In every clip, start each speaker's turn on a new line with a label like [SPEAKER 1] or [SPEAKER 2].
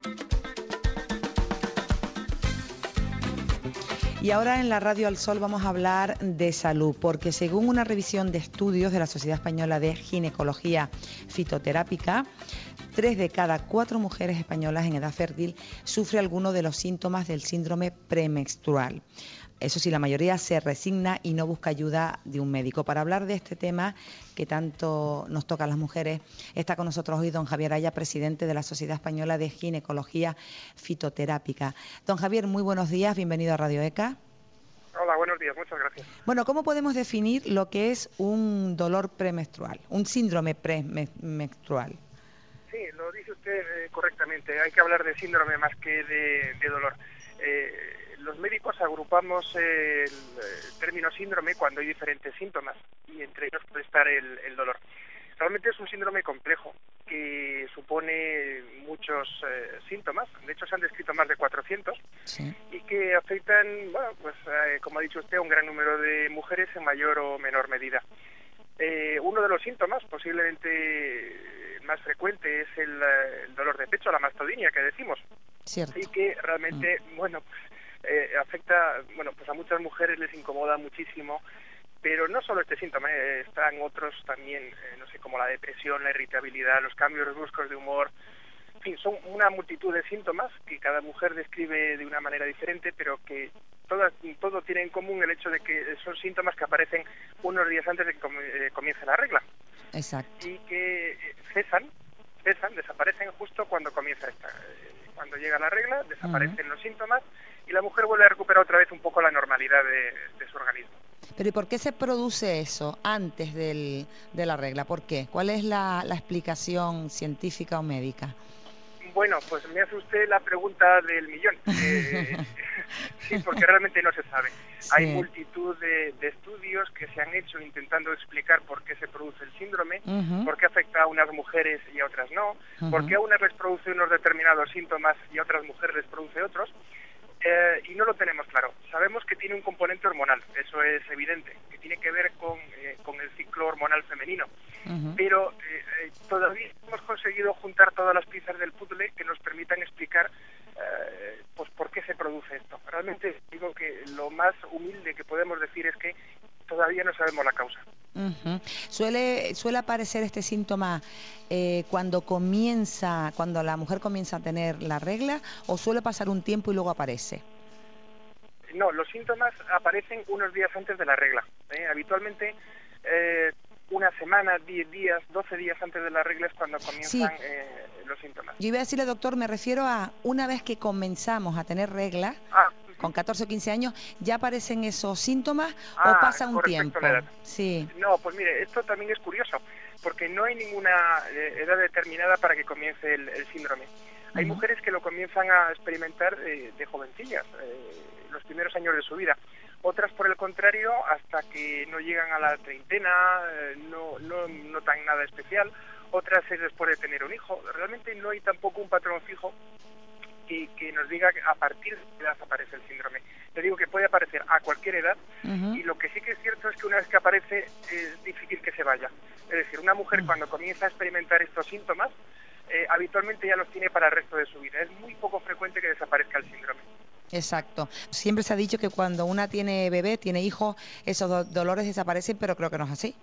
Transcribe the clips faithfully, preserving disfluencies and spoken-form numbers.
[SPEAKER 1] Y ahora en la Radio Al Sol vamos a hablar de salud, porque según una revisión de estudios de la Sociedad Española de Ginecología Fitoterápica, tres de cada cuatro mujeres españolas en edad fértil sufre alguno de los síntomas del síndrome premenstrual. Eso sí, la mayoría se resigna y no busca ayuda de un médico. Para hablar de este tema que tanto nos toca a las mujeres, está con nosotros hoy don Javier Aya, presidente de la Sociedad Española de Ginecología Fitoterápica. Don Javier, muy buenos días, bienvenido a Radio ECA.
[SPEAKER 2] Hola, buenos días, muchas gracias.
[SPEAKER 1] Bueno, ¿cómo podemos definir lo que es un dolor premenstrual, un síndrome premenstrual?
[SPEAKER 2] Sí, lo dice usted eh, correctamente. Hay que hablar de síndrome más que de, de dolor. Eh, los médicos agrupamos el, el término síndrome cuando hay diferentes síntomas y entre ellos puede estar el, el dolor. Realmente es un síndrome complejo que supone muchos eh, síntomas. De hecho, se han descrito más de cuatrocientos, sí, y que afectan, bueno, pues eh, como ha dicho usted, a un gran número de mujeres en mayor o menor medida. Eh, uno de los síntomas, posiblemente más frecuente, es el, el dolor de pecho, la mastodinia que decimos.
[SPEAKER 1] Cierto.
[SPEAKER 2] Y que realmente, mm. bueno, pues, eh, afecta, bueno, pues a muchas mujeres les incomoda muchísimo. Pero no solo este síntoma, eh, están otros también, eh, no sé, como la depresión, la irritabilidad, los cambios bruscos de humor. En fin, son una multitud de síntomas que cada mujer describe de una manera diferente, pero que todas, todo tiene en común el hecho de que son síntomas que aparecen unos días antes de que comience la regla.
[SPEAKER 1] Exacto.
[SPEAKER 2] Y que cesan, cesan, desaparecen justo cuando comienza esta. Cuando llega la regla, desaparecen uh-huh. los síntomas y la mujer vuelve a recuperar otra vez un poco la normalidad de, de su organismo.
[SPEAKER 1] Pero ¿y por qué se produce eso antes del, de la regla? ¿Por qué? ¿Cuál es la, la explicación científica o médica?
[SPEAKER 2] Bueno, pues me hace usted la pregunta del millón. Eh, sí, porque realmente no se sabe. Sí. Hay multitud de, de estudios que se han hecho intentando explicar por qué se produce el síndrome, uh-huh. por qué afecta a unas mujeres y a otras no, uh-huh. por qué a unas les produce unos determinados síntomas y a otras mujeres les produce otros. Eh, y no lo tenemos claro. Sabemos que tiene un componente hormonal, eso es evidente, que tiene que ver con, eh, con el ciclo hormonal femenino. Uh-huh. Pero eh, eh, todavía no hemos conseguido juntar todas las piezas del puzzle que nos permitan explicar eh, pues por qué se produce esto. Realmente digo que lo más humilde que podemos decir es que todavía no sabemos la causa.
[SPEAKER 1] Uh-huh. Suele suele aparecer este síntoma eh, cuando comienza, cuando la mujer comienza a tener la regla, o suele pasar un tiempo y luego aparece.
[SPEAKER 2] No, los síntomas aparecen unos días antes de la regla. ¿eh? Habitualmente eh, una semana, diez días, doce días antes de la regla es cuando comienzan sí. eh, los síntomas.
[SPEAKER 1] Yo iba a decirle, doctor, me refiero a una vez que comenzamos a tener regla.
[SPEAKER 2] Ah.
[SPEAKER 1] Con catorce o quince años, ¿ya aparecen esos síntomas
[SPEAKER 2] ah,
[SPEAKER 1] o pasa un tiempo?
[SPEAKER 2] Sí. No, pues mire, esto también es curioso, porque no hay ninguna eh, edad determinada para que comience el, el síndrome. Hay uh-huh. mujeres que lo comienzan a experimentar eh, de jovencillas, eh, los primeros años de su vida. Otras, por el contrario, hasta que no llegan a la treintena, eh, no, no notan nada especial. Otras es después de tener un hijo. Realmente no hay tampoco un patrón fijo que, que nos diga que a partir de qué edad aparece el síndrome. Le digo que puede aparecer a cualquier edad, uh-huh. y lo que sí que es cierto es que una vez que aparece es difícil que se vaya. Es decir, una mujer uh-huh. cuando comienza a experimentar estos síntomas, eh, habitualmente ya los tiene para el resto de su vida. Es muy poco frecuente que desaparezca el síndrome.
[SPEAKER 1] Exacto. Siempre se ha dicho que cuando una tiene bebé, tiene hijo, esos do- dolores desaparecen, pero creo que no es así.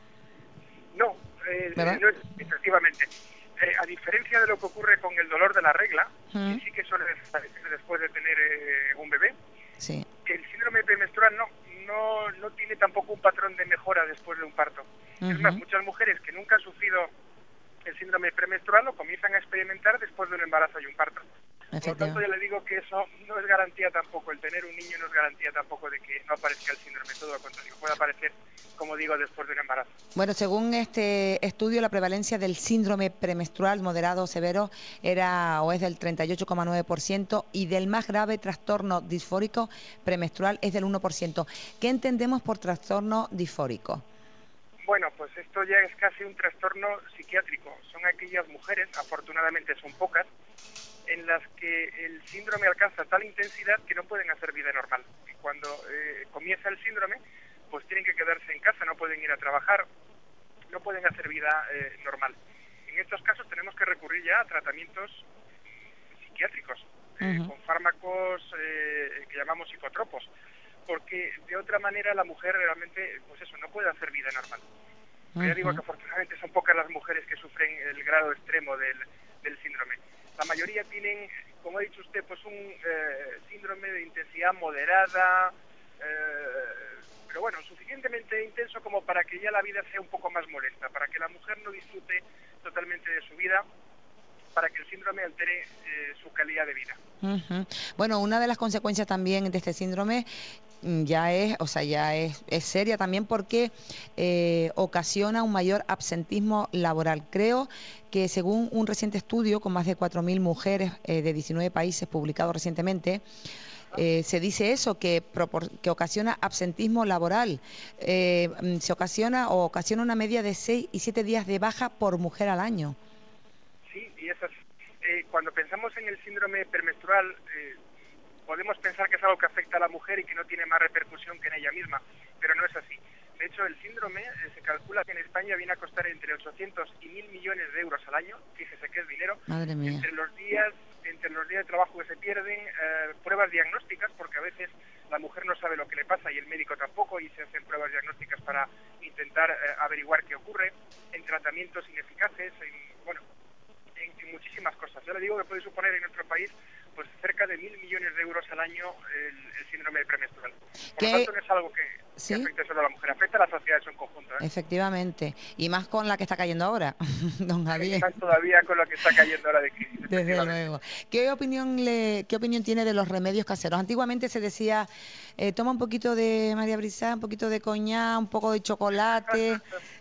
[SPEAKER 2] No, eh, no es efectivamente. Eh, a diferencia de lo que ocurre con el dolor de la regla, uh-huh. que sí que suele desaparecer después de tener eh, un bebé,
[SPEAKER 1] sí.
[SPEAKER 2] el síndrome premenstrual no, no, no tiene tampoco un patrón de mejora después de un parto. Uh-huh. Es más, muchas mujeres que nunca han sufrido el síndrome premenstrual lo comienzan a experimentar después de un embarazo y un parto. Por lo tanto, ya le digo que eso no es garantía tampoco, el tener un niño no es garantía tampoco de que no aparezca el síndrome, todo lo contrario, puede aparecer, como digo, después de un embarazo.
[SPEAKER 1] Bueno, según este estudio, la prevalencia del síndrome premenstrual moderado o severo era o es del treinta y ocho coma nueve por ciento y del más grave trastorno disfórico premenstrual es del uno por ciento. ¿Qué entendemos por trastorno disfórico?
[SPEAKER 2] Bueno, pues esto ya es casi un trastorno psiquiátrico. Son aquellas mujeres, afortunadamente son pocas, en las que el síndrome alcanza tal intensidad que no pueden hacer vida normal. Y cuando eh, comienza el síndrome, pues tienen que quedarse en casa, no pueden ir a trabajar, no pueden hacer vida eh, normal. En estos casos tenemos que recurrir ya a tratamientos uh-huh. con fármacos eh, que llamamos psicotropos, porque de otra manera la mujer realmente, pues eso, no puede hacer vida normal. Uh-huh. Ya digo que afortunadamente son pocas las mujeres que sufren el grado extremo del, del síndrome. La mayoría tienen, como ha dicho usted, pues un eh, síndrome de intensidad moderada, eh, pero bueno, suficientemente intenso como para que ya la vida sea un poco más molesta, para que la mujer no disfrute totalmente de su vida, para que el síndrome altere eh, su calidad de vida.
[SPEAKER 1] Uh-huh. Bueno, una de las consecuencias también de este síndrome ya es, o sea, ya es, es seria también porque eh, ocasiona un mayor absentismo laboral. Creo que según un reciente estudio con más de cuatro mil mujeres eh, de diecinueve países publicado recientemente, eh, se dice eso, que, propor, que ocasiona absentismo laboral. Eh, se ocasiona o ocasiona una media de seis y siete días de baja por mujer al año.
[SPEAKER 2] Sí, y eso es, eh, cuando pensamos en el síndrome premenstrual, eh, podemos pensar que es algo que afecta a la mujer y que no tiene más repercusión que en ella misma, pero no es así. De hecho, el síndrome eh, se calcula que en España viene a costar entre ochocientos y mil millones de euros al año, fíjese que es dinero.
[SPEAKER 1] Madre mía.
[SPEAKER 2] Entre los días, entre los días de trabajo que se pierden, eh, pruebas diagnósticas, porque a veces la mujer no sabe lo que le pasa y el médico tampoco, y se hacen pruebas diagnósticas para intentar eh, averiguar qué ocurre, en tratamientos ineficaces, en, bueno, en, en muchísimas cosas. Yo le digo que puede suponer en nuestro país pues cerca de mil millones de euros al año el, el síndrome premenstrual. Por lo tanto, no es algo que, ¿sí? que afecte solo a la mujer, afecta a la sociedad en su conjunto. ¿eh?
[SPEAKER 1] Efectivamente, y más con la que está cayendo ahora, don Javier.
[SPEAKER 2] Más todavía con la que está cayendo ahora de crisis.
[SPEAKER 1] Desde luego. ¿Qué opinión le, qué opinión tiene de los remedios caseros? Antiguamente se decía, eh, toma un poquito de María Brizá, un poquito de coñac, un poco de chocolate.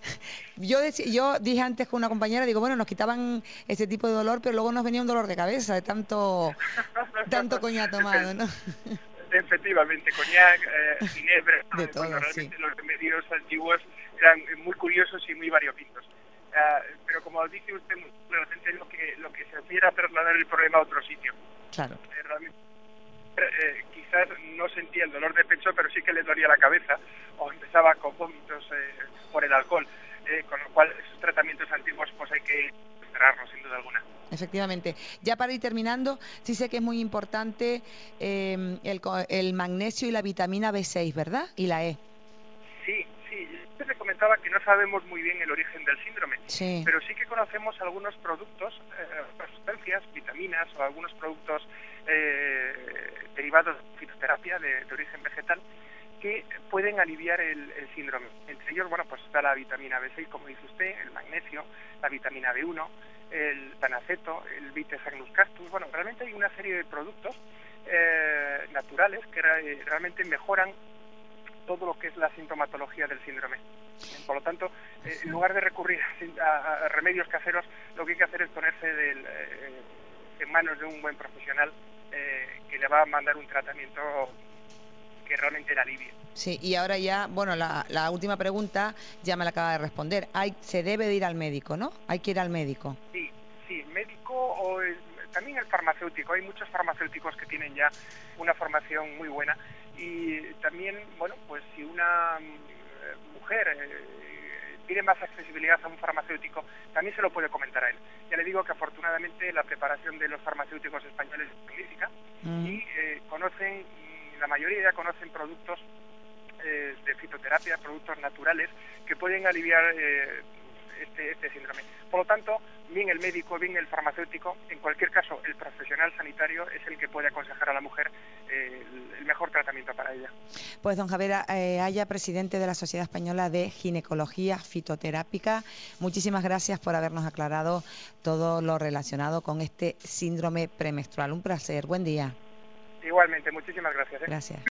[SPEAKER 1] Yo, dec- yo dije antes con una compañera, digo, bueno, nos quitaban ese tipo de dolor, pero luego nos venía un dolor de cabeza de tanto, tanto coñac tomado, ¿no?
[SPEAKER 2] Efectivamente, coñac, eh, ginebra,
[SPEAKER 1] de todo,
[SPEAKER 2] bueno, realmente
[SPEAKER 1] sí.
[SPEAKER 2] Los remedios antiguos eran muy curiosos y muy variopintos. Uh, pero como dice usted, realmente lo que lo que se hacía era trasladar el problema a otro sitio.
[SPEAKER 1] Claro.
[SPEAKER 2] Eh, realmente, eh, quizás no sentía el dolor de pecho, pero sí que le dolía la cabeza, o empezaba con vómitos eh, por el alcohol, eh, con lo cual esos tratamientos antiguos pues hay que cerrarlos sin duda alguna.
[SPEAKER 1] Efectivamente. Ya para ir terminando, sí sé que es muy importante eh, el, el magnesio y la vitamina B seis, ¿verdad? Y la E.
[SPEAKER 2] Sí, sí. Usted me comentaba que no sabemos muy bien el origen del síndrome,
[SPEAKER 1] sí.
[SPEAKER 2] pero sí que conocemos algunos productos, eh, sustancias, vitaminas o algunos productos eh, derivados de fitoterapia de, de origen vegetal que pueden aliviar el, el síndrome. Entre ellos, bueno, pues está la vitamina B seis, como dice usted, el magnesio, la vitamina B uno, el tanaceto, el Vitesagnus castus. Bueno, realmente hay una serie de productos eh, naturales que re, realmente mejoran todo lo que es la sintomatología del síndrome. Por lo tanto, eh, en lugar de recurrir a, a remedios caseros, lo que hay que hacer es ponerse del, eh, en manos de un buen profesional eh, que le va a mandar un tratamiento que realmente la alivie.
[SPEAKER 1] Sí, y ahora ya, bueno, la, la última pregunta ya me la acaba de responder. Hay, se debe de ir al médico, ¿no? Hay que ir al médico.
[SPEAKER 2] Sí, sí, médico o el, también el farmacéutico. Hay muchos farmacéuticos que tienen ya una formación muy buena. Y también, bueno, pues si una eh, mujer eh, tiene más accesibilidad a un farmacéutico, también se lo puede comentar a él. Ya le digo que afortunadamente la preparación de los farmacéuticos españoles es magnífica uh-huh. y eh, conocen, la mayoría ya conocen productos eh, de fitoterapia, productos naturales que pueden aliviar eh, este, este síndrome. Por lo tanto, bien el médico, bien el farmacéutico, en cualquier caso el profesional sanitario es el que puede aconsejar a la mujer eh, el, el mejor tratamiento para ella.
[SPEAKER 1] Pues don Javier eh, Aya, presidente de la Sociedad Española de Ginecología Fitoterápica, muchísimas gracias por habernos aclarado todo lo relacionado con este síndrome premenstrual. Un placer, buen día.
[SPEAKER 2] Igualmente, muchísimas gracias. ¿eh?
[SPEAKER 1] Gracias.